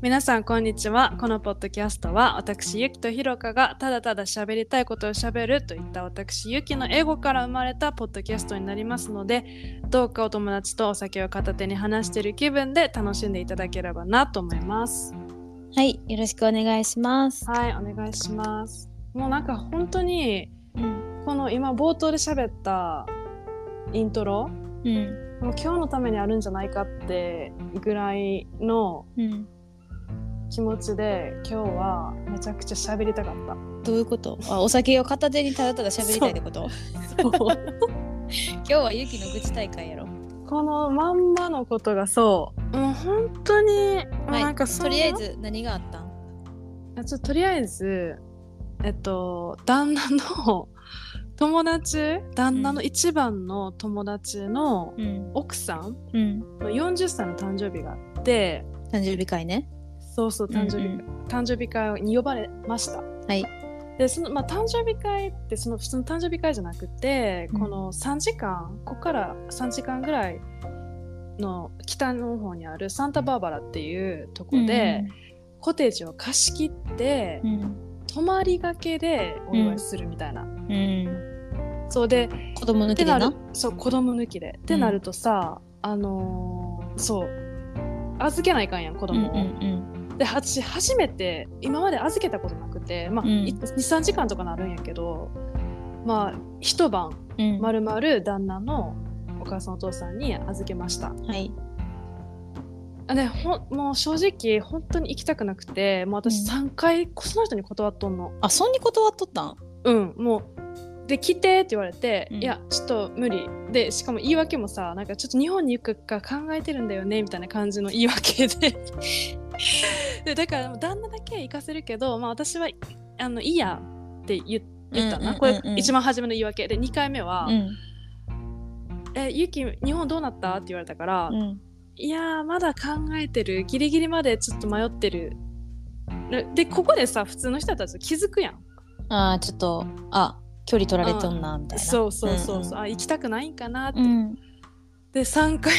皆さんこんにちは。このポッドキャストは私ゆきとひろかがただただ喋りたいことを喋るといった私ゆきの英語から生まれたポッドキャストになりますので、どうかお友達とお酒を片手に話している気分で楽しんでいただければなと思います。 はい、よろしくお願いします。 はい、お願いします。もうなんか本当に、この今冒頭で喋ったイントロ、もう今日のためにあるんじゃないかってぐらいの、気持ちで今日はめちゃくちゃ喋りたかった。 どういうこと？お酒を片手にただただ喋りたいってこと？そう今日はゆきの愚痴大会やろ。 このまんまのことがそうもう本当に、はい、なんかとりあえず何があったん？ とりあえず旦那の友達、旦那の一番の友達の奥さんの40歳の誕生日があって、 誕生日会ね。 そう誕生日会に呼ばれました。はい。でその誕生日会ってその普通の誕生日会じゃなくて、この3時間ここから3時間ぐらいの北の方にあるサンタバーバラっていうとこで、コテージを貸し切って、泊まりがけでお祝いするみたいな。そうで子供抜きでな。 そう子供抜きで、ってなるとさ、そう預けないかんやん子供を。で私初めて今まで預けたことなくて、2,3 時間とかなるんやけど、一晩まるまる旦那のお母さんお父さんに預けました。はい。でもう正直本当に行きたくなくて、もう私3回その人に断っとんの。 あ、そんに断っとったん？ もうで来てって言われて、いやちょっと無理で、しかも言い訳もさ、なんかちょっと日本に行くか考えてるんだよねみたいな感じの言い訳でだから旦那だけ行かせるけど、私はいいやって言ったな、これ一番初めの言い訳で、2回目は、ゆき日本どうなったって言われたから、いやまだ考えてる、ギリギリまでちょっと迷ってる。でここでさ普通の人たち気づくやん。 ちょっと距離取られとんなみたいな。 そう、行きたくないんかなって、で3回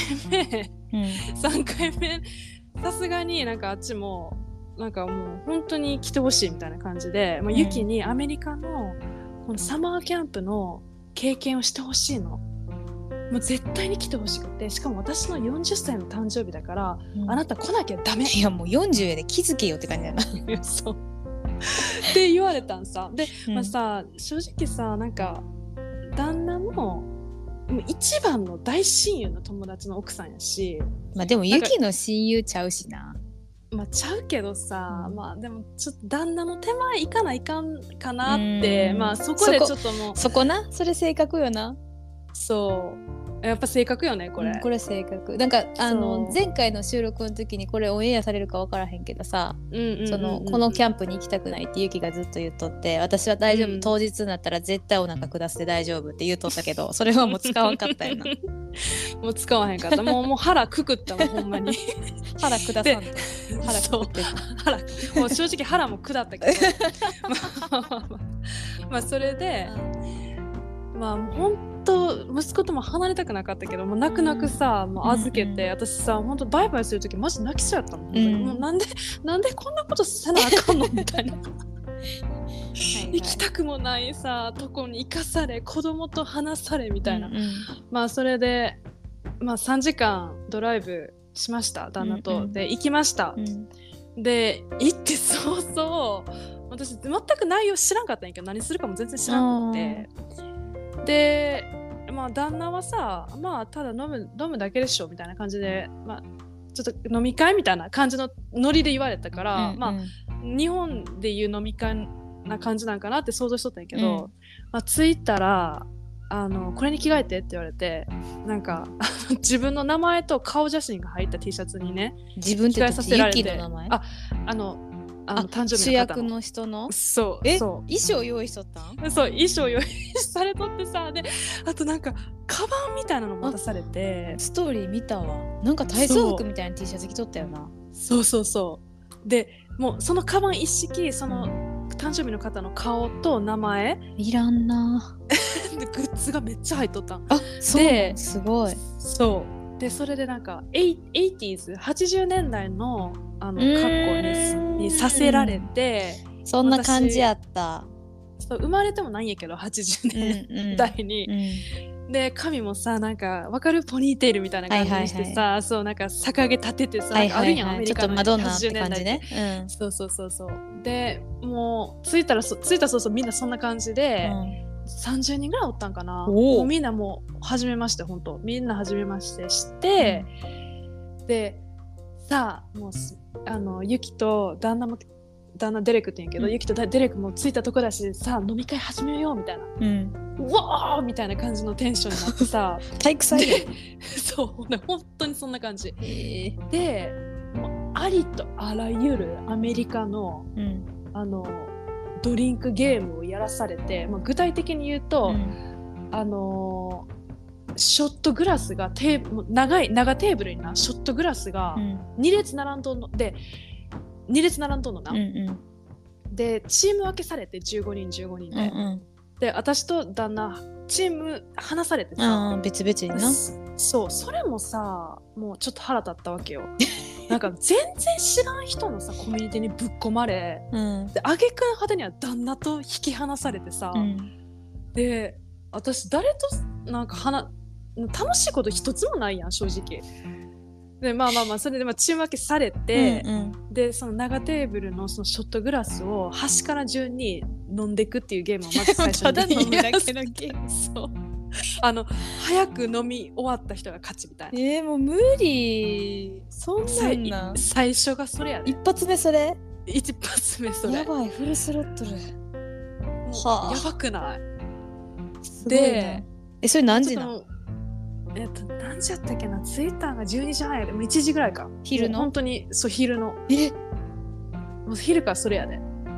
目さすがになんかあっちもなんかもう本当に来てほしいみたいな感じで、ユキにアメリカのこのサマーキャンプの経験をしてほしいの。もう絶対に来てほしくて、しかも私の40歳の誕生日だから、あなた来なきゃダメ。 いやもう40やで気づけよって感じだな。 そうって言われたんさ。で、さ正直さ、なんか旦那も一番の大親友の友達の奥さんやし、 でもユキの親友ちゃうしな。 ちゃうけどさ、でもちょっと旦那の手前行かないかんかなって、そこでちょっともうそこな、それ性格よな。 そうやっぱ性格よねこれ、 これ性格。なんか前回の収録の時にこれオンエアされるか分からへんけどさ、このキャンプに行きたくないってユキがずっと言っとって、私は大丈夫、当日になったら絶対お腹下して大丈夫って言っとったけど、それはもう使わんかったよな。 もう使わへんかった。もう腹くくったもんほんまに。 腹下さんと腹くくってた。もう正直腹も下ったけどそれで本当息子とも離れたくなかったけど、もう泣く泣くさ、もう預けて、私さ本当バイバイする時マジ泣きそうやったもん、もうなんでこんなことせなあかんのみたいな行きたくもないさとこに行かされ、子供と話されみたいな、それで3時間ドライブしました旦那と、で行きました、で行って早々私全く内容知らんかったんやけど、何するかも全然知らんくて、で旦那はさただ飲むだけでしょみたいな感じで、ちょっと飲み会みたいな感じのノリで言われたから、日本でいう飲み会な感じなんかなって想像しとったんやけど、着いたらこれに着替えてって言われて、なんか自分の名前と顔写真が入った T シャツにね、 自分って着替えさせられて、 ユキの名前？ 誕生日の方の主役の人のそう衣装用意しとったん？ そう衣装用意されとってさ、であとなんかカバンみたいなの持たされて、 ストーリー見たわ。なんか体操服みたいな T シャツ着とったよな。 そうでもうそのカバン一式、その誕生日の方の顔と名前いらんなでグッズがめっちゃ入っとったんですごい。 そうでそれでなんか 80s 80年代の格好にさせられて、 そんな感じやった。 そう生まれてもないんやけど80年代に、で髪もさなんかわかるポニーテールみたいな感じにしてさ、そうなんか逆毛立ててさ、なんかあるやん、アメリカのちょっとマドンナって感じね。 そうでもう着いたそうそうみんなそんな感じで、30人ぐらいおったんかな。もうみんなもう初めまして本当みんな初めましてして、でさあもうユキと旦那デレクって言うんやけど、ユキとデレクも着いたとこだしさ飲み会始めようみたいな、うわーみたいな感じのテンションになってさ体育祭そう本当にそんな感じ、でもうありとあらゆるアメリカの、ドリンクゲームをやらされて、具体的に言うと、ショットグラスが長テーブルになショットグラスが2列並んどんので2列並んどんのな、でチーム分けされて15人で、で私と旦那チーム離されてさ、 別々にな。 そうそれもさもうちょっと腹立ったわけよなんか全然知らん人のさコミュニティにぶっ込まれ、で挙句の果てには旦那と引き離されてさ、で私誰となんか楽しいこと一つもないやん正直でそれでチーム分けされて、でその長テーブルのそのショットグラスを端から順に飲んでいくっていうゲームをまず最初にただ飲むだけのゲームそう早く飲み終わった人が勝ちみたいな。 もう無理。そんなん最初がそれやで、 一発目それやばい。フルスロットルやばくない？ でそれ何時なの？ 何時やったっけな。着いたのが12時半やで、もう1時ぐらいか。 昼の？ 本当にそう昼の。もう昼からそれやで。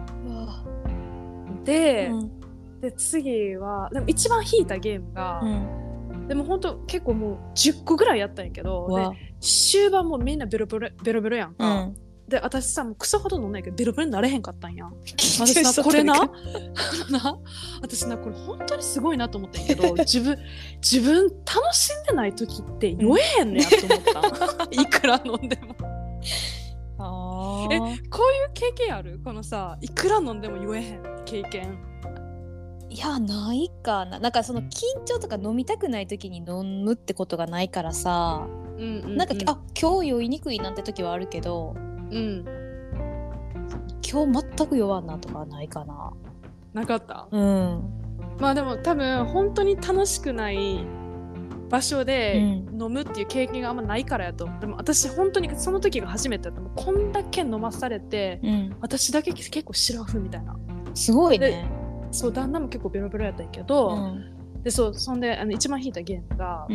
で、で次はでも一番引いたゲームが、でも本当結構もう10個ぐらいやったんやけど、で終盤もうみんなベロベロやんか、で私さもうクソほど飲んないけどベロベロになれへんかったんや私なこれな私なこれ本当にすごいなと思ったんやけど自分楽しんでない時って酔えへんねやと思ったいくら飲んでもこういう経験ある？このさいくら飲んでも酔えへん経験。 いやないかな。なんかその緊張とか飲みたくない時に飲むってことがないからさ、なんか今日酔いにくいなんて時はあるけど、今日全く酔わんなとかはないかな。 なかった？まあでも多分本当に楽しくない場所で飲むっていう経験があんまないからやと。でも私本当にその時が初めてだった。もうこんだけ飲まされて、私だけ結構シラフみたいな。 すごいね。 そう旦那も結構ベロベロやったんやけど、でそんで一番引いたゲームが、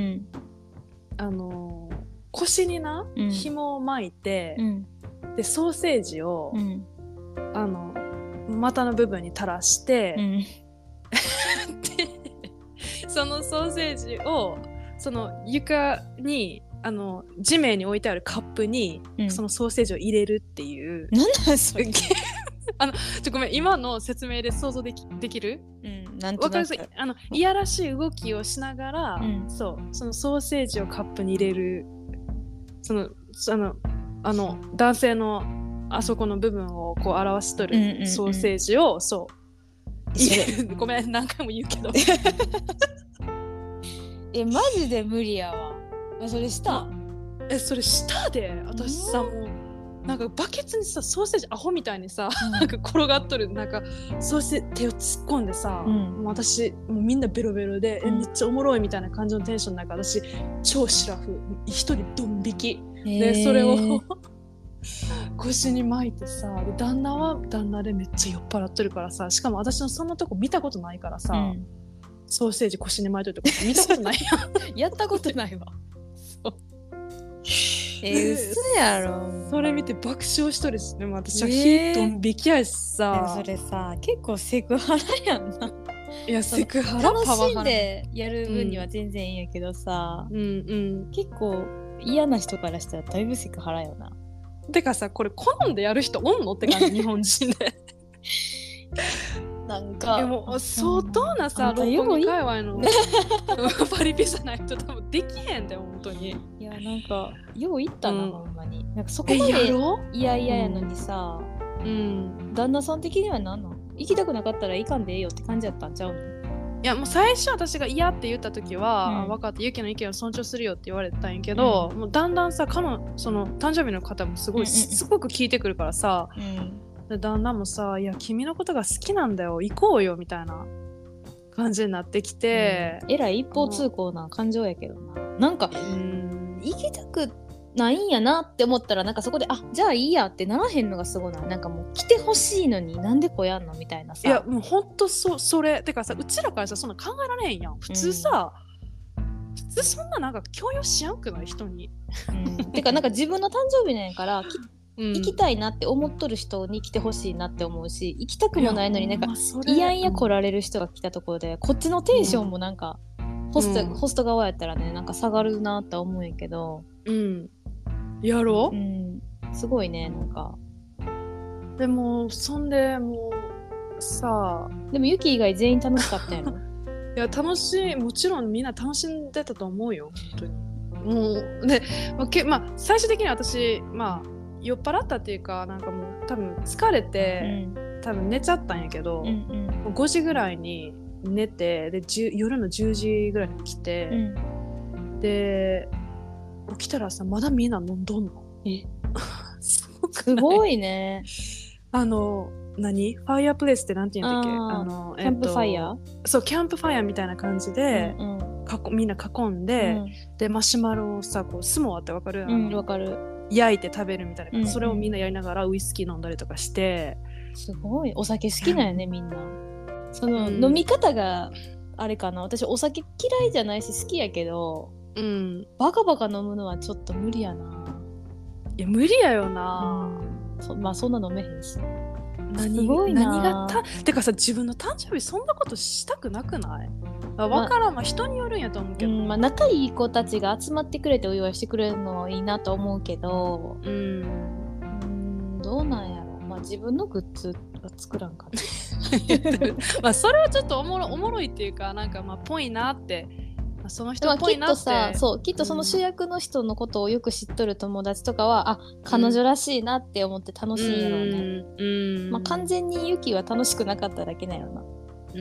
腰にな、紐を巻いて、でソーセージを、股の部分に垂らして、でそのソーセージをその床に地面に置いてあるカップに、そのソーセージを入れるっていう。 なんだそれごめん今の説明で想像できる？ なんとなくいやらしい動きをしながら、そのソーセージをカップに入れる男性のあそこの部分をこう表しとるソーセージを、ごめん何回も言うけどマジで無理やわ。それしたそれしたで私さもうなんかバケツにさソーセージアホみたいにさ、なんか転がっとるなんかソーセージ手を突っ込んでさ、もう私もうみんなベロベロで、めっちゃおもろいみたいな感じのテンションなんか私超シラフ一人ドン引きでそれを腰に巻いてさ、で旦那は旦那でめっちゃ酔っ払ってるからさ、しかも私のそんなとこ見たことないからさ、ソーセージ腰に巻いとるとこ見たことないやんやったことないわ嘘やろ。 それ見て爆笑しとるし、でも私は火ドン引きやしさ、 それさ結構セクハラやんな。 いやセクハラ楽しんでやる分には全然いいんやけどさ、結構嫌な人からしたらだいぶセクハラよな。 てかさこれ好んでやる人おんのって感じ日本人でなんかでも相当なさ、六本木界隈のパリピじゃないと多分できへんで本当に。 いやなんかよう言ったな、ほんまに。なんかそこまでいやいややのにさ、旦那さん的には何なん？行きたくなかったら行かんでええよって感じやったんちゃうの？ いやもう最初私が嫌って言った時は、分かってユキの意見を尊重するよって言われたんやけど、もうだんだんさその誕生日の方もすごく聞いてくるからさ、で旦那もさ、いや君のことが好きなんだよ行こうよみたいな感じになってきて、 えらい一方通行な感情やけどな。なんか行きたくないんやなって思ったらなんかそこでじゃあいいやってならへんのがすごいな。なんかもう来てほしいのになんでこうやんのみたいなさ。 いやもうほんとそれてかさ、うちらからさそんな考えられへんやん普通さ、普通そんななんか強要しやんくない人に、 てかなんか自分の誕生日なんやから行きたいなって思っとる人に来てほしいなって思うし、行きたくもないのになんかいやいや来られる人が来たところで、こっちのテンションもなんか、ホスト側やったらねなんか下がるなって思うんやけど、 やろう、すごいねなんか。 でもそんでもうさ、 でもユキ以外全員楽しかったやろ。 いや楽しい、もちろんみんな楽しんでたと思うよ本当に。もうで、最終的に私酔っ払ったっていうかなんかもう多分疲れて、多分寝ちゃったんやけど、もう5時ぐらいに寝て、で夜の10時ぐらいに来て、で起きたらさまだみんな飲んどんの。 すごいね。 何ファイアプレイスってなんて言うんだっけ、 キャンプファイヤー？ そうキャンプファイヤーみたいな感じで、みんな囲んで、でマシュマロをさこうスモアってわかる？ わかる。 焼いて食べるみたいな、それをみんなやりながらウイスキー飲んだりとかして。 すごいお酒好きなんやねみんな。その、飲み方があれかな。私お酒嫌いじゃないし好きやけど、バカバカ飲むのはちょっと無理やな。 いや無理やよな、 そんな飲めへんし。 すごいな。てかさ自分の誕生日そんなことしたくなくない？わからん、人によるんやと思うけど、 仲いい子たちが集まってくれてお祝いしてくれるのはいいなと思うけど、どうなんやろ。自分のグッズは作らんかな。それはちょっとおもろいっていうかなんかぽいなって、その人っぽいなって。 きっとその主役の人のことをよく知っとる友達とかは彼女らしいなって思って楽しいんやろうね。完全にユキは楽しくなかっただけなんやろな。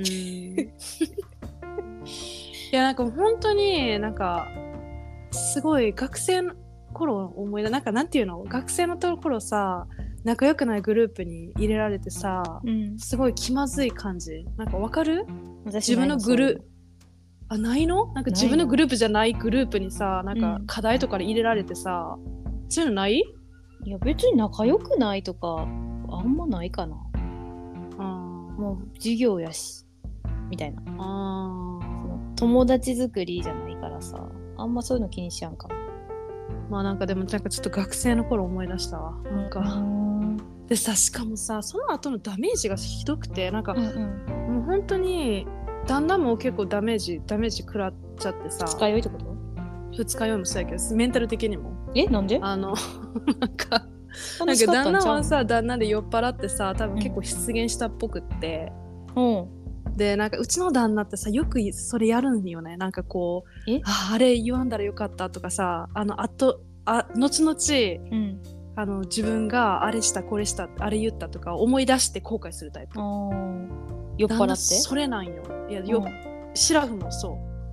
いやなんか本当になんかすごい学生の頃思い出、なんていうの、学生の頃さ仲良くないグループに入れられてさ、すごい気まずい感じ。なんかわかる？自分のグループないの？なんか自分のグループじゃないグループにさなんか課題とかで入れられてさ、そういうのない？ いや別に仲良くないとかあんまないかな。もう授業やしみたいな。その友達作りじゃないからさ、あんまそういうの気にしやんか。 なんかでもなんかちょっと学生の頃思い出したわ。なんかでさ、しかもさその後のダメージがひどくて、なんか、もう本当に旦那も結構ダメージ食らっちゃってさ。 二日酔いってこと？ 二日酔いもそうやけどメンタル的にも。 なんで？ なんか旦那はさ旦那で酔っ払ってさ多分結構失言したっぽくって、でなんかうちの旦那ってさよくそれやるんよね。なんかこうあれ言わんだらよかったとかさ、後々、自分があれしたこれしたあれ言ったとか思い出して後悔するタイプ。 酔っ払ってそれなんよ。いやシラフもそう。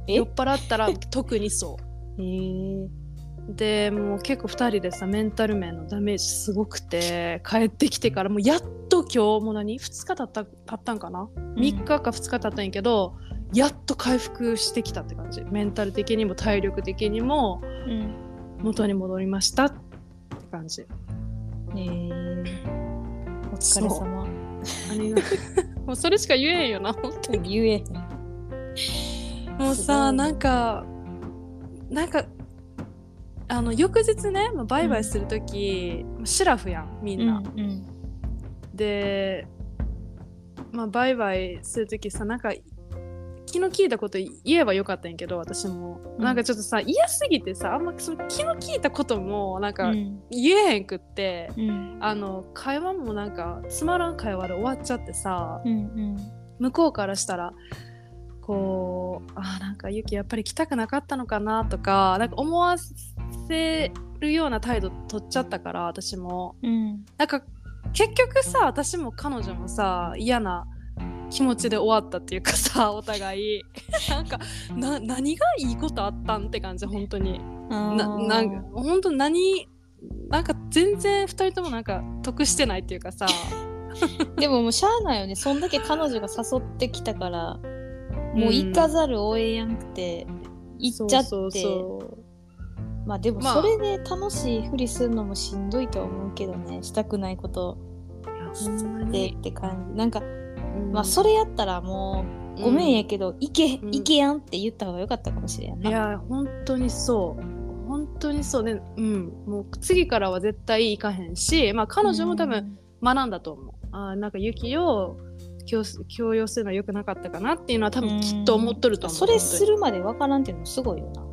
酔っ払ったら特にそう。でもう結構2人でさメンタル面のダメージすごくて、帰ってきてからもうやっと今日も2日経ったんかな、3日か2日経ったんやけど、やっと回復してきたって感じ。メンタル的にも体力的にも元に戻りましたって感じ。 お疲れ様。 もうそれしか言えんよな本当に。 言えもうさなんか翌日ねバイバイするとき、シラフやんみんな、でバイバイするときさなんか気の利いたこと言えばよかったんやけど、私もなんかちょっとさ嫌すぎてさあんまその気の利いたこともなんか言えへんくって、会話もなんかつまらん会話で終わっちゃってさ、 向こうからしたらこうなんかユキやっぱり来たくなかったのかなとか、なんか思わせるような態度取っちゃったから私も、なんか結局さ私も彼女もさ嫌な気持ちで終わったっていうかさ、お互いなんか何がいいことあったんって感じ、本当になんか本当なんか全然2人ともなんか得してないっていうかさでももうしゃあないよね、そんだけ彼女が誘ってきたからもう行かざるを得やんくて行っちゃって、まあでもそれで楽しいふりするのもしんどいとは思うけどね、したくないことしてって感じ。なんか、まあそれやったらもうごめんやけど、行けやんって言った方が良かったかもしれんな。 いや本当にそう本当にそうね、もう次からは絶対行かへんし、まあ彼女も多分学んだと思う。なんかユキを強要するのは良くなかったかなっていうのは多分きっと思っとると思う。 それするまで分からんっていうのすごいよな。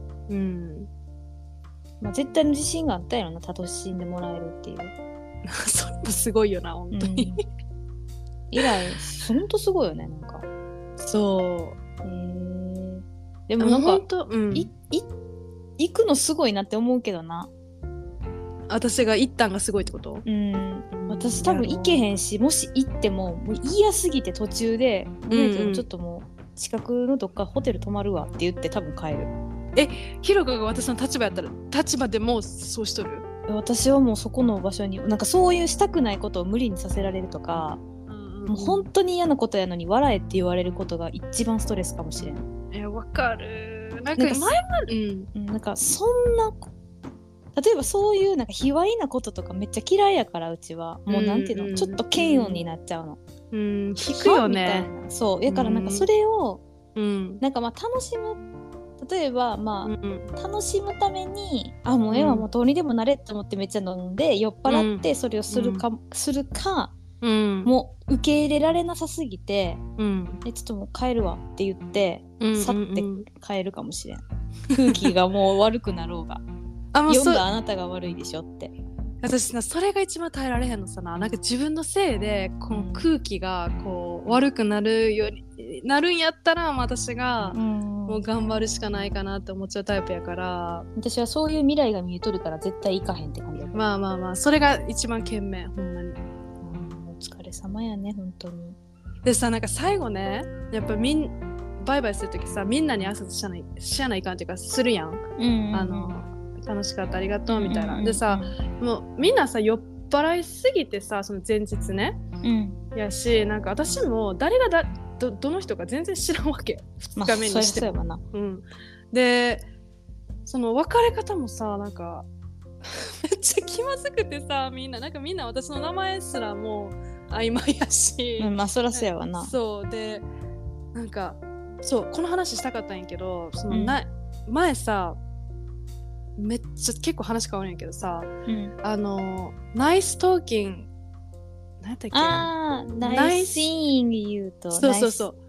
まあ、絶対の自信があったやろな、楽しんでもらえるっていうそれもすごいよな本当に、 以来ほんとすごいよね、なんかそうでもなんか行くのすごいなって思うけどな。 私が行ったんがすごいってこと？ 私多分行けへんし、もし行ってももう嫌すぎて途中で、ちょっともう近くのどっかホテル泊まるわって言って多分帰る。 ひろかが私の立場やったら立場でもうそうしとる？ 私はもうそこの場所になんかそういうしたくないことを無理にさせられるとか、もう本当に嫌なことやのに笑えって言われることが一番ストレスかもしれん。 わかる。なんか前までなんかそんな例えばそういうなんか卑猥なこととかめっちゃ嫌いやから、うちはもうなんていうの、ちょっと嫌悪になっちゃうの。 引くよね。 そうやからなんかそれをなんかまあ楽しむ、例えばまあ楽しむためにもうもうどうにでもなれって思ってめっちゃ飲んで酔っ払ってそれをするか、もう受け入れられなさすぎて、ちょっともう帰るわって言って、去って帰るかもしれん。空気がもう悪くなろうが読んだあなたが悪いでしょって。 私それが一番耐えられへんのさな。なんか自分のせいでこの空気がこう悪くなるようになるんやったら、私がもう頑張るしかないかなって思っちゃうタイプやから、 私はそういう未来が見えとるから絶対行かへんって感じ。 まあそれが一番懸命、ほんまに。 お疲れ様やね本当に。 でさ、なんか最後ね、やっぱバイバイするときさ、みんなに挨拶しやないかんっていうかするやん。楽しかったありがとうみたいな、でさ、もうみんなさ酔っ払いすぎてさ、その前日ね、やし、なんか私も誰がどの人か全然知らんわけ、2日目にしても、でその別れ方もさ、なんかめっちゃ気まずくてさ、みんな私の名前すらもう曖昧やし、 まあそらそうやわな。 そうで、なんかそうこの話したかったんやけど、その前さめっちゃ結構話変わるんやけどさ、ナイストーキング、何やったっけ、 ナイスシーイングユーと、 そうナイスto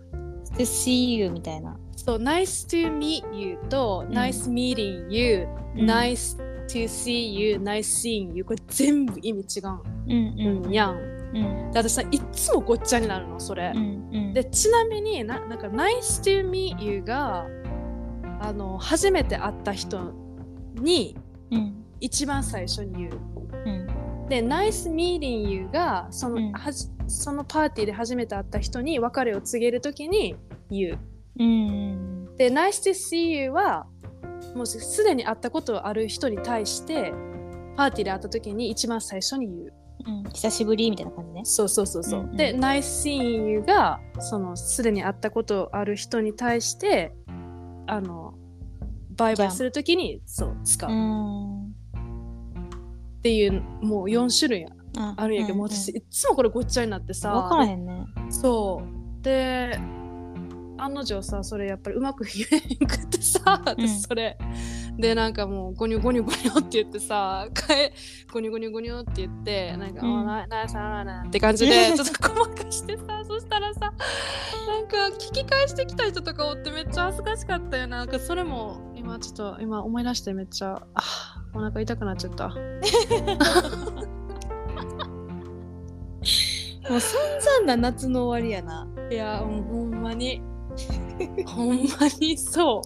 see you みたいな。 そう、ナイス to meet you と、ナイス meeting you、ナイス to see you、ナイス seeing you、これ全部意味違うやん。で私さ、いつもごっちゃになるのそれ。でちなみになんかナイス to meet you が初めて会った人に一番最初に言う、で Nice meeting you がそのパーティーで初めて会った人に別れを告げるときに言う、で Nice to see you はもうすでに会ったことある人に対してパーティーで会ったときに一番最初に言う、 久しぶりみたいな感じね。 そう、で Nice seeing you がそのすでに会ったことある人に対してバイバイするときにそう使うっていう、もう4種類あるんやけど、もう私いつもこれごっちゃになってさ、 分からへんね。 そうで案の定さ、それやっぱりうまく言えへんくってさ、私それでなんかもうゴニョゴニョゴニョって言ってさ、ゴニョゴニョゴニョって言ってなんかナイスって感じでちょっとごまかしてさ、そしたらさ、なんか聞き返してきた人とかおってめっちゃ恥ずかしかったよな。なんかそれも今思い出してめっちゃお腹痛くなっちゃった。もう散々な夏の終わりやな。 いやほんまにほんまにそう。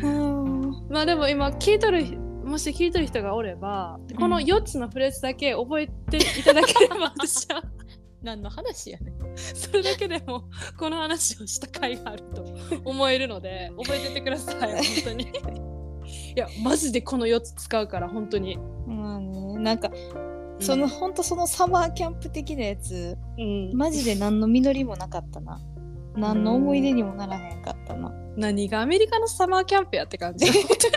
まあでも今もし聞いとる人がおれば、この4つのフレーズだけ覚えていただければ私は何の話やねん。 それだけでもこの話をした甲斐があると思えるので覚えててください本当に。いやマジでこの4つ使うから本当に。 なんかほんとそのサマーキャンプ的なやつ、マジで何の実りもなかったな。何の思い出にもならへんかったな。 何がアメリカのサマーキャンプやって感じ。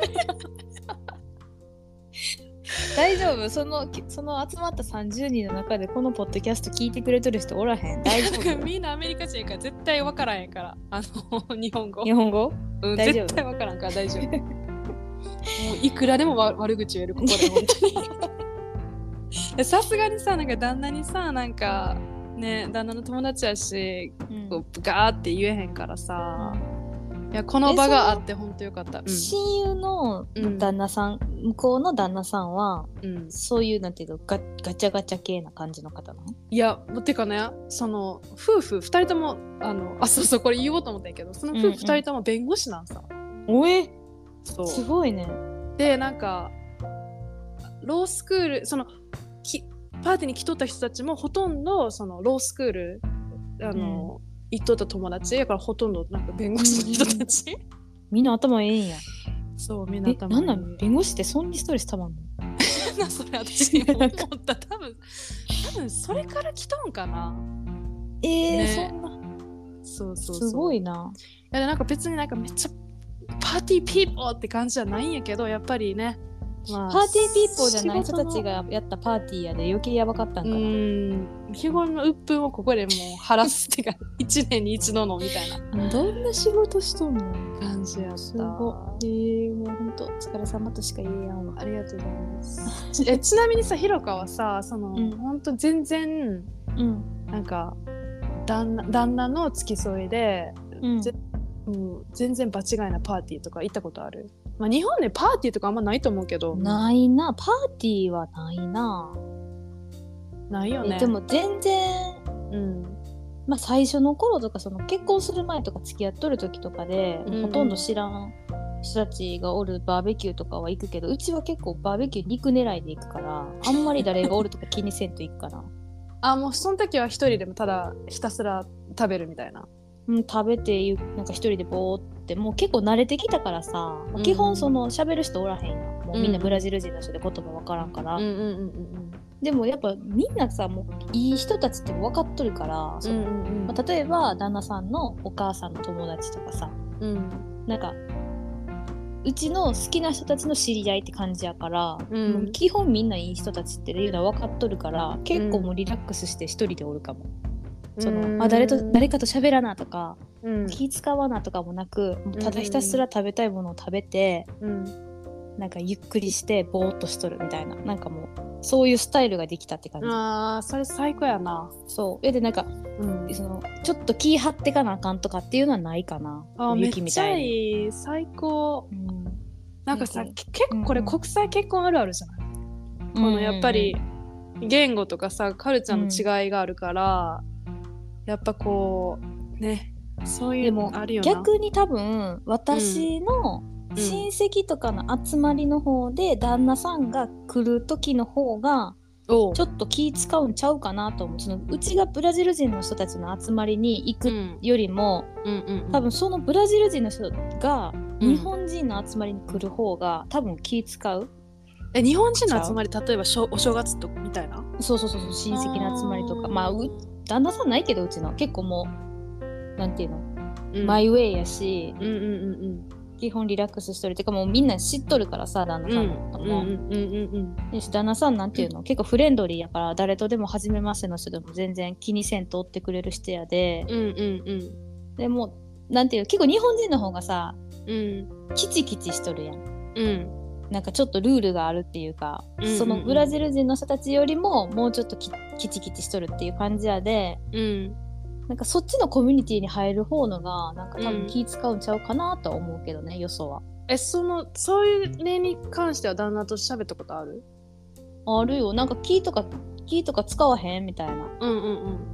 大丈夫？その集まった30人の中でこのポッドキャスト聞いてくれとる人おらへん？大丈夫？ みんなアメリカ人やから絶対分からへんから日本語、 大丈夫？ 絶対分からんから大丈夫。もういくらでも悪口言えるここで本当に。さすがにさなんか旦那にさなんかね旦那の友達やし、ガーって言えへんからさ、いやこの場があって本当よかった。 親友の旦那さん、向こうの旦那さんは、そういうなんていうのガチャガチャ系な感じの方なの？ いやてかねその夫婦2人ともそうこれ言おうと思ったんやけどその夫婦2人とも弁護士なんさ。そうすごいね。でなんかロースクールパーティーに来とった人たちもほとんどそのロースクール行っとった友達やからほとんどなんか弁護士の人たち。 みんな頭ええんや。 そうみんな頭ええ。なんなん弁護士ってそんなストレスたまんの？ それ私も思った多分それから来とんかな。 そんなそうすごいな。 いやなんか別になんかめっちゃパーティーピーポーって感じじゃないんやけどやっぱりね、 パーティーピーポーじゃない人たちがやったパーティーやで余計やばかったんかな。 日頃の鬱憤をここでもう晴らすってか1年に一度のみたいな。 どんな仕事しとんの感じやった。 すごい。もうほんとお疲れ様としか言えやんわ。 ありがとうございます。ちなみにさひろかはさほんと全然、なんか旦那の付き添いで、全然場違いなパーティーとか行ったことある？まあ、日本でパーティーとかあんまないと思うけど。 ないな。パーティーはないな。 ないよね。 でも全然、まあ最初の頃とかその結婚する前とか付き合っとる時とかで、ほとんど知らん人たちがおるバーベキューとかは行くけど、うちは結構バーベキュー肉狙いで行くからあんまり誰がおるとか気にせんと行くかな。 もうその時は一人でもただひたすら食べるみたいな。 食べてなんか一人でボーってもう結構慣れてきたからさ、基本その喋る人おらへんやん。もうみんなブラジル人の人で言葉わからんから、でもやっぱみんなさもういい人たちって分かっとるから、例えば旦那さんのお母さんの友達とかさ、なんかうちの好きな人たちの知り合いって感じやから、もう基本みんないい人たちっていうのは分かっとるから結構もうリラックスして一人でおるかも。誰かと喋らなとか、気使わなとかもなく、ただひたすら食べたいものを食べて、なんかゆっくりしてぼーっとしとるみたいな、なんかもうそういうスタイルができたって感じ。 それ最高やな。 そうでなんか、そのちょっと気張ってかなあかんとかっていうのはないかな。 めっちゃいい。最高。なんかさ結構これ国際結婚あるあるじゃない？このやっぱり言語とかさカルチャーの違いがあるから、やっぱこうねそういうのあるよな。 逆に多分私の親戚とかの集まりの方で旦那さんが来る時の方がちょっと気使うんちゃうかなと思う。うちがブラジル人の人たちの集まりに行くよりも、多分そのブラジル人の人が日本人の集まりに来る方が多分気使う。 日本人の集まり例えばお正月とかみたいな。 そう親戚の集まりとか、まあ旦那さんないけどうちの結構もうなんていうの、マイウェイやし、基本リラックスしとるっていうかもうみんな知っとるからさ旦那さんのことも、旦那さんなんていうの、結構フレンドリーやから誰とでも初めましての人でも全然気にせんとおってくれる人やで、でもなんていう結構日本人の方がさ、キチキチしとるやん、なんかちょっとルールがあるっていうか、そのブラジル人の人たちよりももうちょっとキチキチしとるっていう感じやで、なんかそっちのコミュニティに入る方のがなんか多分気使うんちゃうかなとは思うけどね、よそは。 そういう例に関しては旦那と喋ったことある？ あるよ。なんか気とか使わへんみたいな。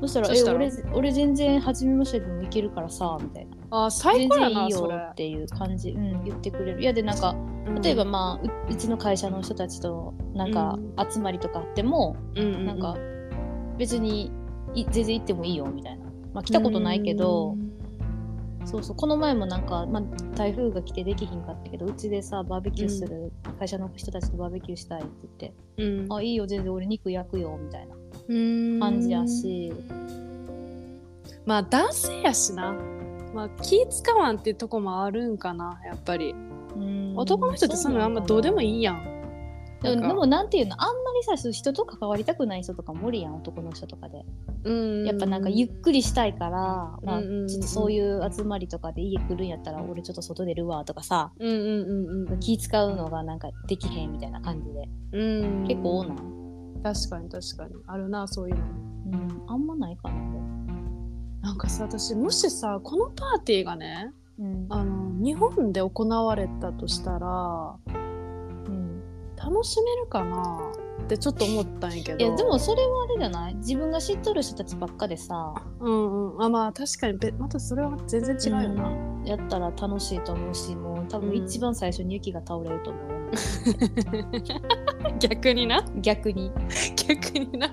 そしたら俺全然初めましてでもいけるからさみたいな。 あ、最高やな、 全然いいよそれっていう感じ、言ってくれる。いやでなんか例えばまあうちの会社の人たちとなんか集まりとかあっても、なんか別に全然行ってもいいよみたいな。まあ来たことないけど、そうそう、この前もなんか、まあ、台風が来てできひんかったけど、うちでさバーベキューする、会社の人たちとバーベキューしたいって言って、あ、いいよ全然俺肉焼くよみたいな感じやし、 まあ男性やしな、まあ、気使わんっていうとこもあるんかな、やっぱり。男の人ってそういうのあんまどうでもいいやん。 でもなんていうの、あんまりさ人と関わりたくない人とかもおるやん、男の人とかで。やっぱなんかゆっくりしたいから、まあ、ちょっとそういう集まりとかで家来るんやったら俺ちょっと外出るわとかさ、気使うのがなんかできへんみたいな感じで、結構多ない？ 確かに確かにあるな、そういうの。 あんまないかな。 なんかさ、私もしさこのパーティーがね、日本で行われたとしたら、楽しめるかなってちょっと思ったんやけど。 いやでもそれはあれじゃない？自分が知っとる人たちばっかでさ、 あ、まあ確かにまたそれは全然違うよな、 やったら楽しいと思うし、もう多分一番最初に雪が倒れると思う、 逆にな逆にな。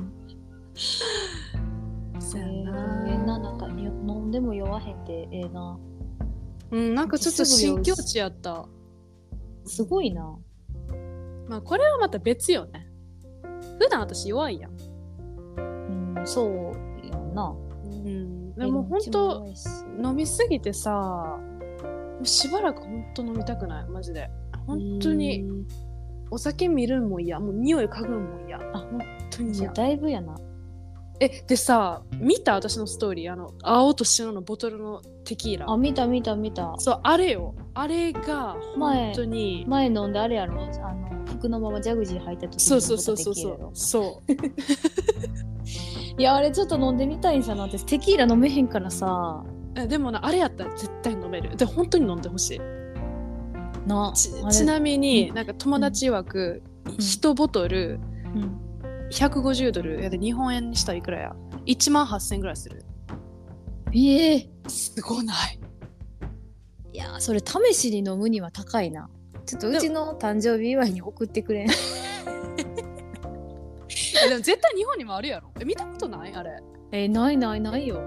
そうやな。なんか飲んでも酔わへんってええな。 なんかちょっと新境地やった。 すごいな。 まあこれはまた別よね。普段私弱いやん。 そうやんな。 でもほんと飲みすぎてさ、しばらくほんと飲みたくない、マジで。本当にお酒見るんも嫌、もう匂い嗅ぐんも嫌。本当に嫌。 だいぶやな。 でさ、見た？私のストーリー、青と白のボトルのテキーラ。 見た。 そう、あれよ。あれが本当に前飲んであれやろ、服のままジャグジー入った時に飲んだテキーラやろ。 そういやあれちょっと飲んでみたいんさな。私テキーラ飲めへんからさ。 でもな、あれやったら絶対飲める。で本当に飲んでほしいな。 ちなみに、なんか友達曰く、1ボトル、150ドルやで、日本円にしたらいくらや、18,000円ぐらいする。すごない？ いやそれ試しに飲むには高いな。ちょっとうちの誕生日祝いに送ってくれん？ でも絶対日本にもあるやろ。見たことない？あれ。 ないよ。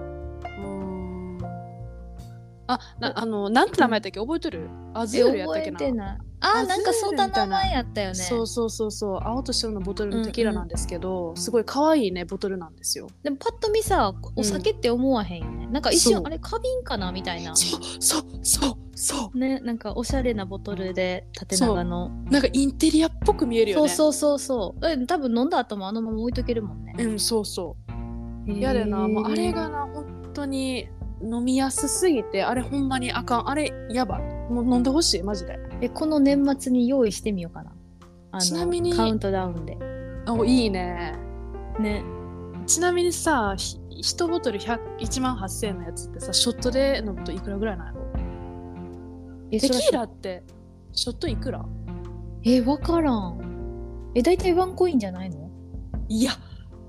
なんて名前やったっけ？覚えとる？アズールやったっけな。 覚えてない。なんかそんな名前やったよね。 そう青と白のボトルのテキーラなんですけど、すごい可愛いねボトルなんですよ。 でもパッと見さ、お酒って思わへんよね。なんか一瞬あれ花瓶かなみたいな。 そうね、なんかおしゃれなボトルで縦長の、 なんかインテリアっぽく見えるよね。 そう多分飲んだ後もあのまま置いとけるもんね。 やでな、もうあれがな本当に飲みやすすぎて、あれほんまにあかん。あれやばい。もう飲んでほしい、マジで。 この年末に用意してみようかな。 ちなみにカウントダウンで。 いいね。 ね。 ちなみにさ、1ボトル18,000円のやつってさ、ショットで飲むといくらぐらいなの？テキーラってショットいくら？ わからん。だいたいワンコインじゃないの？ いや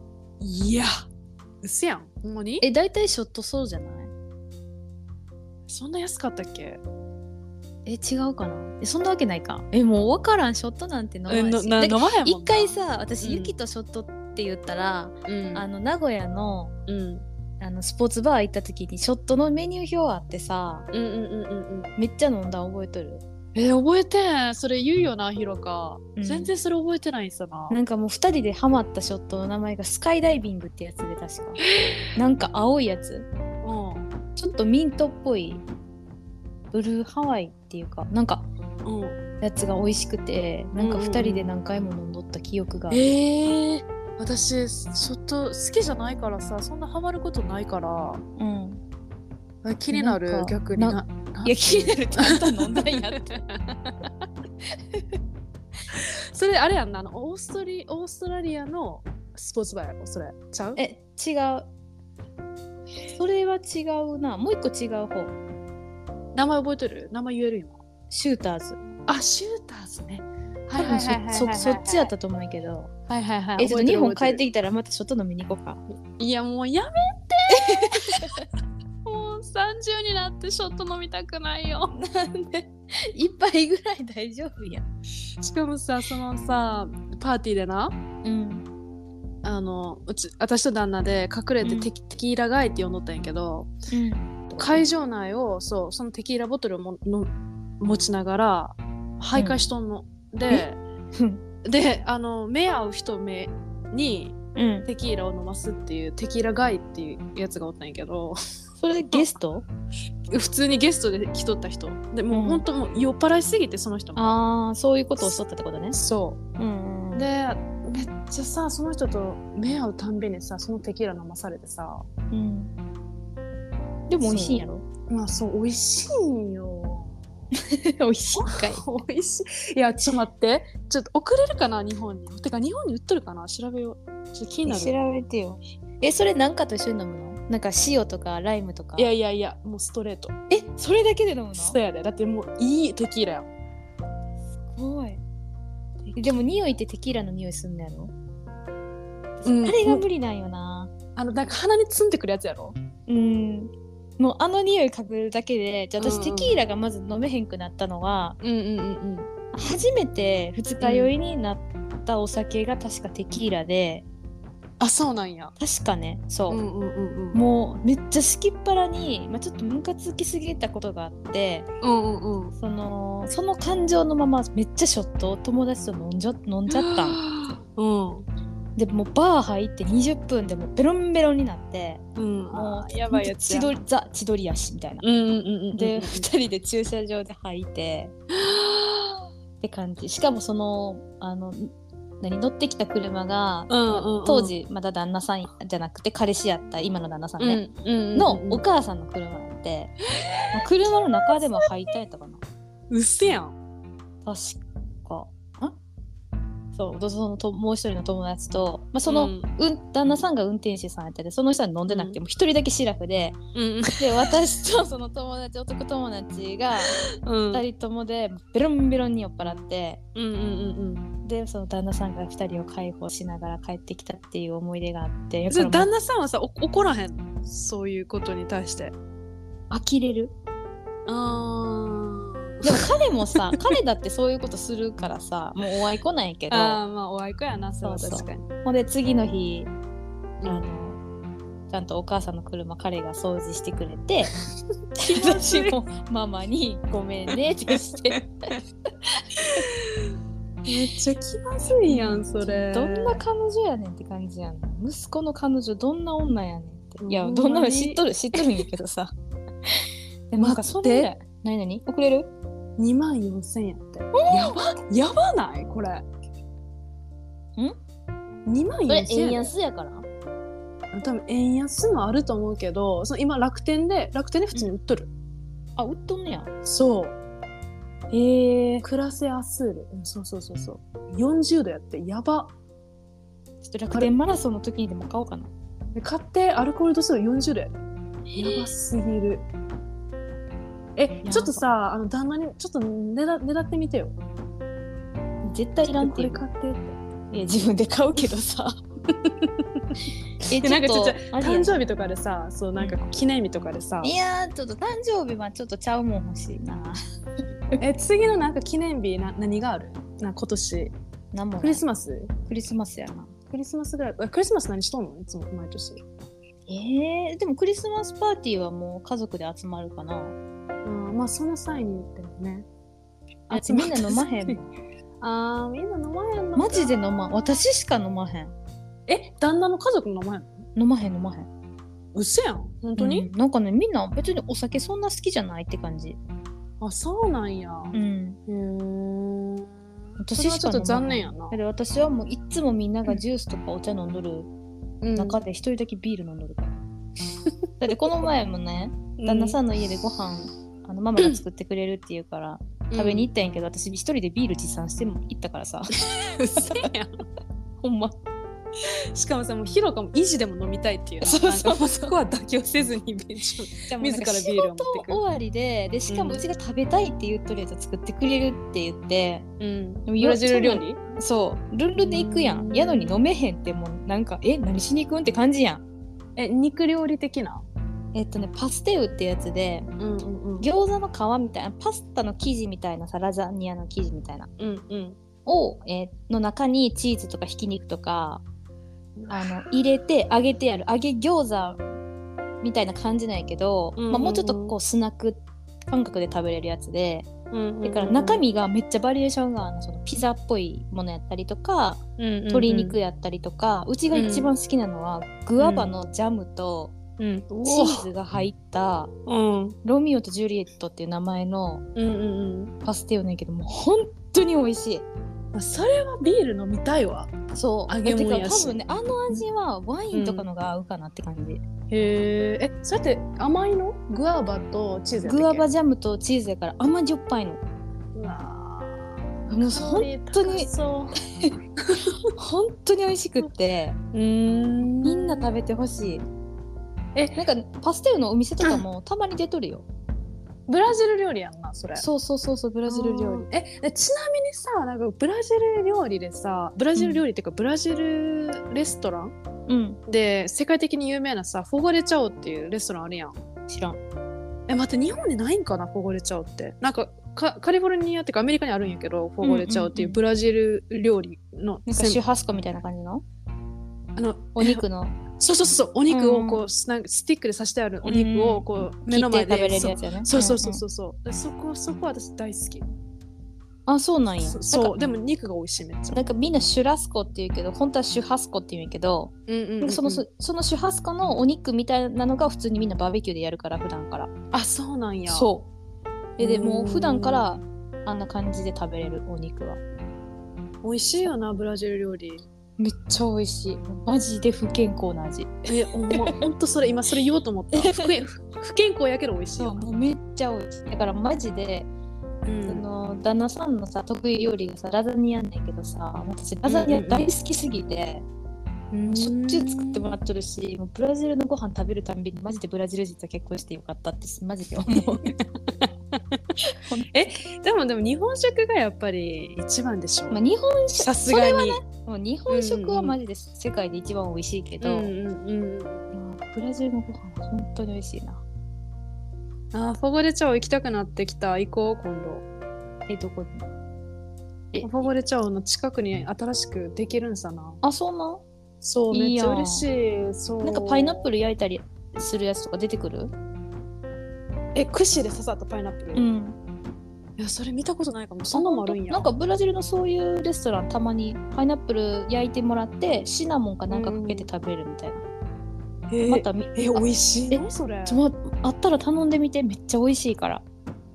うせやん、ほんまに？ だいたいショットそうじゃない？ そんな安かったっけ？ 違うかな。そんなわけないか。もう分からん。ショットなんて飲まないし。 飲まへんもんな。 一回さ、私、雪とショットって言ったら、名古屋の、スポーツバー行った時にショットのメニュー表あってさ、めっちゃ飲んだ覚えとる？ 覚えてん。それ言うよな、ひろか。全然それ覚えてないんさな。 なんかもう2人でハマったショットの名前がスカイダイビングってやつで、確かなんか青いやつ、ちょっとミントっぽいブルーハワイっていうかなんか、やつが美味しくて、なんか2人で何回も飲んどった記憶がある。 私ちょっと好きじゃないからさ、そんなハマることないから、気になる。逆にいや気になるってあんた飲んだんやってそれあれやんな、オーストラリアのスポーツバーやろ、それちゃう？ 違う。それは違うな。もう一個違う方。 名前覚えてる？名前言える？今シューターズ。 シューターズね。 多分そっちやったと思うけど。 はいはいはい。 ちょっと日本帰ってきたらまたちょっと飲みに行こうか。 いやもうやめてもう30になってショット飲みたくないよ。 なんで一杯ぐらい大丈夫やん。 しかもさ、そのさパーティーでな、私と旦那で隠れてテキーラガイって呼んどったんやけど、会場内をそのテキーラボトルを持ちながら徘徊しとんの、で目合う人目にテキーラを飲ますっていうテキーラガイっていうやつがおったんやけど、 それでゲスト？ 普通にゲストで来とった人で、もうほんともう酔っ払いすぎて、その人もそういうことをしとったってことね。 そう、でめっちゃさ、その人と目合うたんびにさ、そのテキーラ飲まされてさ、 でも美味しいんやろ？ まあそう美味しいんよ。 美味しいんかい。 美味しい。いやちょっと待って、ちょっと送れるかな、日本に。てか日本に売っとるかな、調べよう。ちょっと気になる。 調べてよ。それなんかと一緒に飲むの？なんか塩とかライムとか？ いやもうストレート。 それだけで飲むの？ そうやで。だってもういいテキーラよ。 すごい。でも匂いってテキーラの匂いすんのやろ？あれが無理なんよな。 なんか鼻にツンってくるやつやろ？ もう匂い嗅ぐだけで、じゃあ私テキーラがまず飲めへんくなったのは、初めて二日酔いになったお酒が確かテキーラで、 あ、そうなんや。 確かね、そう。もうめっちゃ好きっ腹に、ちょっとムカつきすぎたことがあって、その感情のままめっちゃショットを友達と飲んじゃったん。でもうバー入って20分でもうベロンベロンになって、もうやばいやつや。 ザ千鳥足みたいな。で2人で駐車場で吐いてって感じ。しかもその乗ってきた車が、当時まだ旦那さんじゃなくて彼氏やった今の旦那さんね、のお母さんの車やって、車の中でも吐いたやったかな。 うっせやん。 確かそうそのもう一人の友達と、その、旦那さんが運転手さんやってて、その人は飲んでなくても一人だけシラフで、で私とその男友達が2人ともでベロンベロンに酔っ払って、でその旦那さんが2人を解放しながら帰ってきたっていう思い出があって。 旦那さんはさ怒らへんの？そういうことに対して呆れる。でも彼もさ彼だってそういうことするからさ、もうおあいこなんやけど。 おあいこやな。そう確かに。 ほんで次の日ちゃんとお母さんの車彼が掃除してくれて私もママにごめんねってしてめっちゃ気まずいやんそれ。 どんな彼女やねんって感じやん。息子の彼女どんな女やねんって。いやどんなの知っとるんやけどさでもなんかそれ何送れる ？24,000円やって。やばないこれ。24,000円。 円安やから。 多分円安もあると思うけど、今楽天で普通に売っとる。 売っとんねや。 そう。クラセアスール。そう40度やって。やば。 ちょっと楽天マラソンの時にでも買おうかな。 買ってアルコール度数40度やで。やばすぎる。ちょっとさ、旦那にちょっとねだってみてよ。 絶対いらんって。 これ買ってって。 いや自分で買うけどさなんかちょっと誕生日とかでさ、なんか記念日とかでさ、 いやちょっと誕生日はちょっとちゃうもん欲しいな次のなんか記念日何がある？今年クリスマスやな。 クリスマスぐらい。クリスマス何しとんの？いつも毎年。 でもクリスマスパーティーはもう家族で集まるかな。 その際にってね。 みんな飲まへん。 みんな飲まへんの？ マジで飲まん。私しか飲まへん。 旦那の家族飲まへんの？ 飲まへん。 うっせやん。本当に？ なんかねみんな別にお酒そんな好きじゃないって感じ。 そうなんや。 私しか飲まへん。 ちょっと残念やな。 で私はもういつもみんながジュースとかお茶飲んどる中で一人だけビール飲んどるから。だってこの前もね旦那さんの家でご飯ママが作ってくれるって言うから食べに行ったんやけど、私一人でビール持参しても行ったからさ。 うっせやん。 ほんま。 しかもさもうヒロカも維持でも飲みたいっていうそうなんかもうそこは妥協せずに自らビールを持ってくる。 終わりでしかもうちが食べたいって言っとるやつ作ってくれるって言って、 うん、ブラジル料理そうルンルンで行くやん、やのに飲めへんってもうなんか何しに行くんって感じやん。 肉料理的なパステウってやつで、うんうんうん、餃子の皮みたいなパスタの生地みたいなさラザニアの生地みたいな、うんうん、を、の中にチーズとかひき肉とか入れて揚げてやる揚げ餃子みたいな感じなんやけど、うんうんうんもうちょっとこうスナック感覚で食べれるやつで、うんうんうん、だから中身がめっちゃバリエーションがそのピザっぽいものやったりとか、うんうんうん、鶏肉やったりとかうちが一番好きなのは、グアバのジャムと、チーズが入った、ロミオとジュリエットっていう名前のパステよねんけどもう本当に美味しい。 それはビール飲みたいわ。 そう揚げ物やし多分ね味はワインとかのが合うかなって感じ、 へえそれって甘いの？グアバとチーズやったっけ？ グアバジャムとチーズやから甘じょっぱいの。うわもう本当に本当に美味しくってみんな食べてほしい。なんかパステルのお店とかもたまに出とるよ。 ブラジル料理やんなそれ。 そうブラジル料理。 ちなみにさなんかブラジル料理でさブラジル料理っていうか、ブラジルレストラン、で世界的に有名なさフォゴレチャオっていうレストランあるやん。 知らん。 待って日本にないんかなフォゴレチャオって。なんかカリフォルニアっていうかアメリカにあるんやけどフォゴレチャオっていうブラジル料理の、 なんかシュハスコみたいな感じのお肉のそうお肉をこう、なんかスティックで刺してあるお肉をこう目の前で食べれるやつよね。 そうそこ私大好き。 あそうなんや。 そうでも肉が美味しいめっちゃ。 なんかみんなシュラスコって言うけど本当はシュハスコって言うんやけど、そのシュハスコのお肉みたいなのが普通にみんなバーベキューでやるから普段から。 あそうなんや。 そうでもう普段からあんな感じで食べれるお肉は美味しいよなブラジル料理。 めっちゃ美味しい。マジで不健康な味。 ほんとそれ今それ言おうと思った。不健康やけど美味しいよ。 もうめっちゃ美味しい。だからマジで、旦那さんのさ得意料理がさラザニアやんねんけどさ私ラザニア大好きすぎて、しょっちゅう作ってもらっとるしもうブラジルのご飯食べるたんびにマジでブラジル人と結婚してよかったってマジで思う。 でも日本食がやっぱり一番でしょ。 日本食さすがに、 もう日本食はマジで世界で一番美味しいけど、ブラジルのご飯は本当に美味しいな。 フォゴレチャオ行きたくなってきた。行こう今度。 どこに？ フォゴレチャオの近くに新しくできるんさな。 そうなん？ そうめっちゃ嬉しい。そうなんかパイナップル焼いたりするやつとか出てくる？ 串で刺さったパイナップル。いやそれ見たことないかも。そんなもあるんや。 なんかブラジルのそういうレストランたまにパイナップル焼いてもらってシナモンかなんかかけて食べるみたいな。また美味しいのそれ。 あったら頼んでみてめっちゃ美味しいから。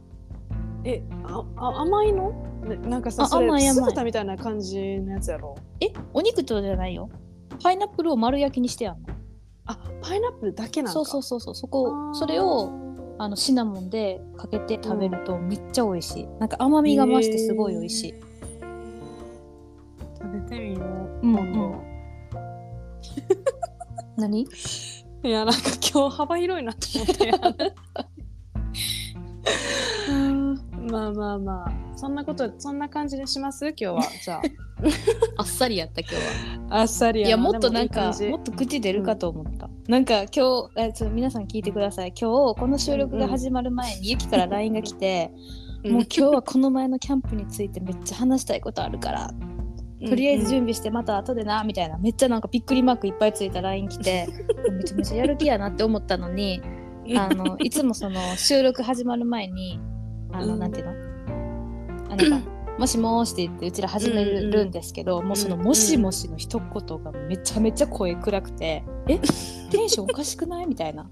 甘いの？なんかさそれ酢豚みたいな感じのやつやろ。 お肉とじゃないよ。パイナップルを丸焼きにしてやんの。 パイナップルだけなんか。 そうそれをシナモンでかけて食べるとめっちゃ美味しい。なんか甘みが増してすごい美味しい。 食べてみよう。今度。 何？ いやなんか今日幅広いなと思って。まあそんな感じにします今日は。じゃああっさりやった今日は。 あっさりやな。 いやもっとなんかもっと口出るかと思った、なんか今日皆さん聞いてください。今日この収録が始まる前にゆきから LINE が来て、もう今日はこの前のキャンプについてめっちゃ話したいことあるからとりあえず準備してまた後でなみたいなめっちゃなんかびっくりマークいっぱいついた LINE 来てめちゃめちゃやる気やなって思ったのにいつもその収録始まる前になんていうのもしもーしって言ってうちら始めるんですけど、もうそのもしもしの一言がめちゃめちゃ声暗くて、テンションおかしくないみたいな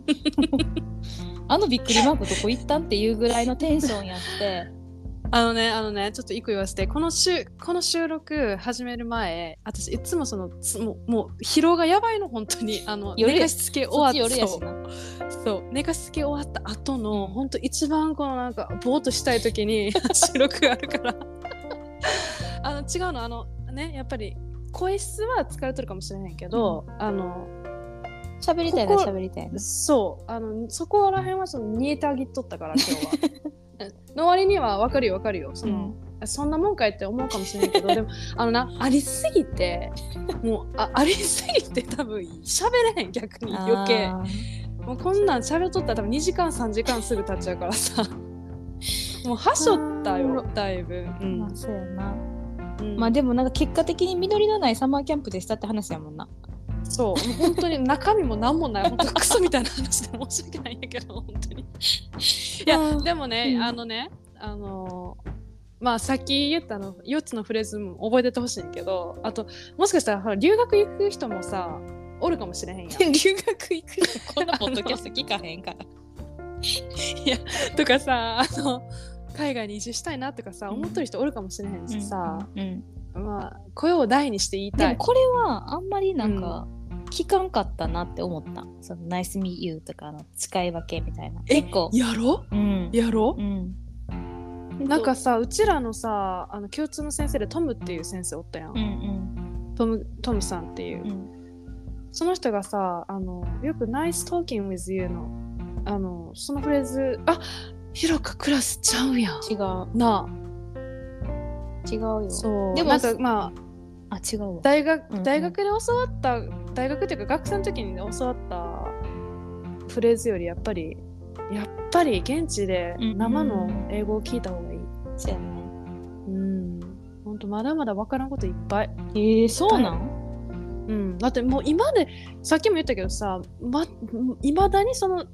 びっくりマークどこ行ったんっていうぐらいのテンションやってちょっと一個言わせて、この収録始める前私いつもそのもう疲労がやばいの本当に寝かしつけ終わったそう寝かしつけ終わった後の本当一番このなんかぼーっとしたい時に収録があるから違うのねやっぱり声質は疲れてるかもしれないけど、 喋りたいな喋りたいな。 そうそこら辺はその煮えてあげっとったから今日はの割には分かるよそんなもんかいって思うかもしれないけどでもありすぎてもうありすぎて多分喋れへん逆に余計もうこんなん喋っとったら多分2時間3時間すぐ経っちゃうからさもうはしょったよだいぶ、 まあそうやな、まあでもなんか結果的に実りのないサマーキャンプでしたって話やもんな。 そうもう本当に中身も何もない本当クソみたいな話で申し訳ないんやけど本当にいやでもね、まあさっき言った4つのフレーズも覚えててほしいんやけど、あともしかしたらほら留学行く人もさおるかもしれへんやん留学行く人こんなポッドキャスト聞かへんからいやとかさ海外に移住したいなとかさ、思ってる人おるかもしれへんしさ、まあ声を大にして言いたい。 でもこれはあんまりなんか、聞かんかったなって思った。そのナイスミーユーとか使い分けみたいな。結構やろ、やろ、なんかさうちらのさ共通の先生でトムっていう先生おったやん、トムさんっていう、その人がさよくナイストーキング with you のそのフレーズひろかクラスちゃうやん。 違うな違うよ。 そうでもなんかまあ違うわ。 大学で教わった大学っていうか学生の時に教わったフレーズよりやっぱり現地で生の英語を聞いた方がいい。 そうやね。 ほんとまだまだ分からんこといっぱい。そうなん？ だってもう今でさっきも言ったけどさ、いまだにその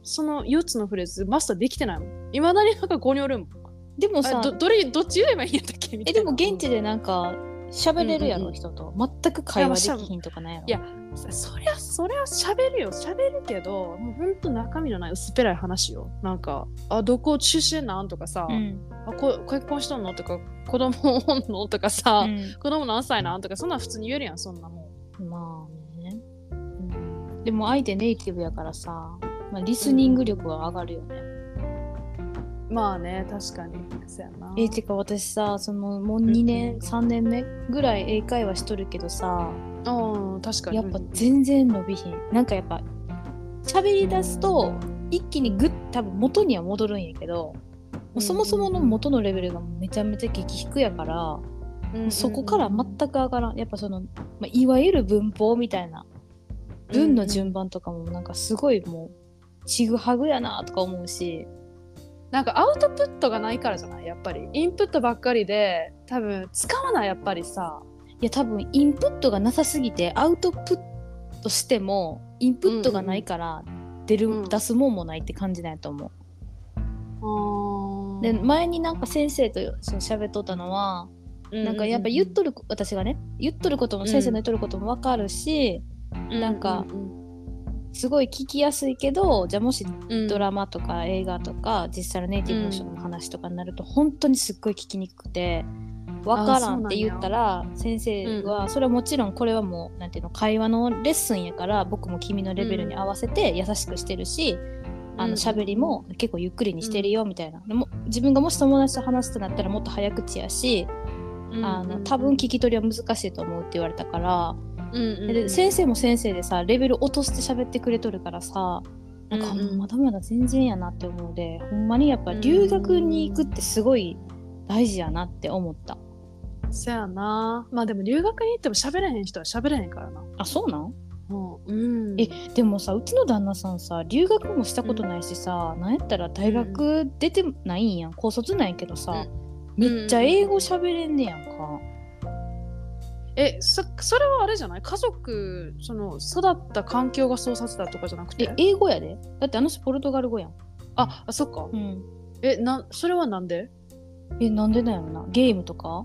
4つのフレーズマスターできてないもん。いまだになんか5におるもん。 でもさどっち言えばいいんやったっけみたいな。 でも現地でなんか喋れるやろ、人と全く会話できひんとかないやろ。 いやそりゃ喋るけどもうほんと中身のない薄っぺらい話よ。なんかどこ出身なんとかさ、結婚しとんのとか子供おんのとかさ、子供何歳なんとかそんなん普通に言えるやんそんなもん。 まあね、でも相手ネイティブやからさ、リスニング力は上がるよね。 まあね確かにそうやな。 てか私さもう2年、3年目ぐらい英会話しとるけどさ、 確かにやっぱ全然伸びひん。なんかやっぱ喋り出すと一気に多分元には戻るんやけど、そもそもの元のレベルがめちゃめちゃ激低やから、そこから全く上がらん。やっぱいわゆる文法みたいな文の順番とかもなんかすごいもうちぐはぐやなとか思うし、 なんかアウトプットがないからじゃない。やっぱりインプットばっかりで多分使わない。やっぱりさ、 いや多分インプットがなさすぎてアウトプットしてもインプットがないから出すもんもないって感じなんやと思う。で前になんか先生と喋っとったのは、なんかやっぱ私がね言っとることも先生の言っとることも分かるし、なんかすごい聞きやすいけど、じゃあもしドラマとか映画とか実際のネイティブの人の話とかになると本当にすっごい聞きにくくて分からんって言ったら、先生はそれはもちろんこれはもうなんていうの会話のレッスンやから僕も君のレベルに合わせて優しくしてるし、喋りも結構ゆっくりにしてるよみたいな。でも自分がもし友達と話すとなったらもっと早口やし、多分聞き取りは難しいと思うって言われたから、で先生も先生でさレベル落として喋ってくれとるからさ、なんかまだまだ全然やなって思うので、ほんまにやっぱ留学に行くってすごい大事やなって思った。 そやな。まあでも留学に行っても喋れへん人は喋れへんからな。 あ、そうなん？でもさうちの旦那さんさ留学もしたことないしさ、なんやったら大学出てないんやん、高卒なんやけどさ、めっちゃ英語喋れんねやんか。 それはあれじゃない？家族育った環境がそうさせたとかじゃなくて、 英語やで。だって人ポルトガル語やん。 そっか。それはなんで？ なんでだよな。ゲームとか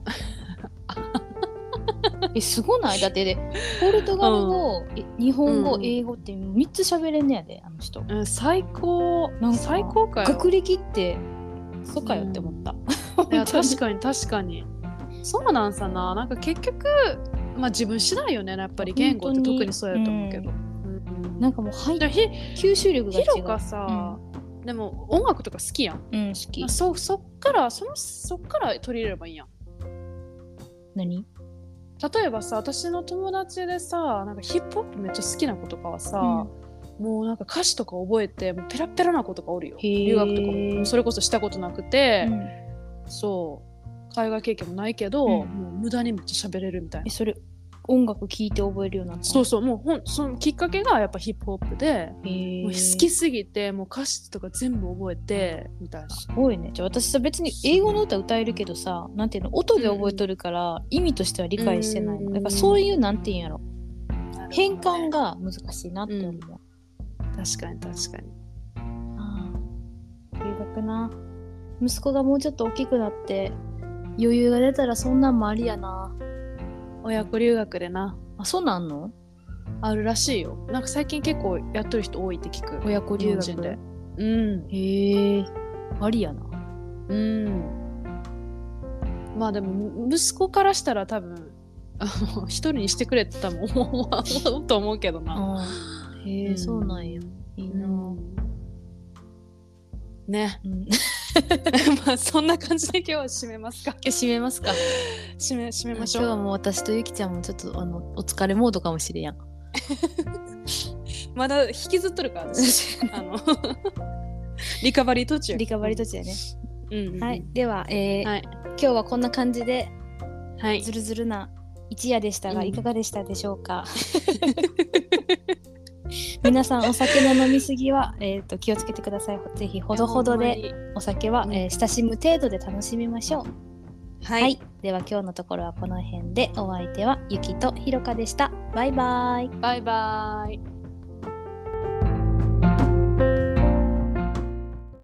すごない？だってポルトガル語、日本語、英語って3つ喋れんねやで人。 最高。最高かよ。 学歴ってそうかよって思った。 いや確かにそうなんさな。なんか結局自分次第よね。やっぱり言語って特にそうやと思うけど、 なんかもう吸収力が違う。 ヒロかさ、でも音楽とか好きやん。 好き。 そっから取り入れればいいやん。 何？ 例えばさ、私の友達でさ、なんかヒップホップめっちゃ好きな子とかはさ、もうなんか歌詞とか覚えてもうペラペラな子とかおるよ。留学とかもそれこそしたことなくて、そう海外経験もないけど、もう無駄にめっちゃ喋れるみたいな。 それ音楽聴いて覚えるようになった？ そうもうそのきっかけがやっぱヒップホップで、もう好きすぎてもう歌詞とか全部覚えてみたいな。 すごいね。じゃあ私さ、別に英語の歌歌えるけどさ、なんていうの、音で覚えとるから、意味としては理解してないの。やっぱそういう、なんていうんやろ、変換が難しいなって思う。 確かに留学な。息子がもうちょっと大きくなって余裕が出たらそんなんもありやな。 親子留学でな。 あ、そうなんの？ あるらしいよ。なんか最近結構やっとる人多いって聞く。 親子留学で。へえ、ありやな。 まあでも息子からしたら多分一人にしてくれって多分思うと思うけどな。 へえ、そうなんや。いいな。 ね。まあそんな感じで今日は締めますか。 締めますか。 締めましょう。 今日はもう私とゆきちゃんもちょっとお疲れモードかもしれんやん。 まだ引きずっとるから私リカバリー途中やね。はい。では、今日はこんな感じで、ずるずるな一夜でしたが、いかがでしたでしょうか。皆さんお酒の飲みすぎは、気をつけてください。ぜひほどほどでお酒は、親しむ程度で楽しみましょう。はい、では今日のところはこの辺で、お相手はゆきとひろかでした。バイバイ。 バイバイ。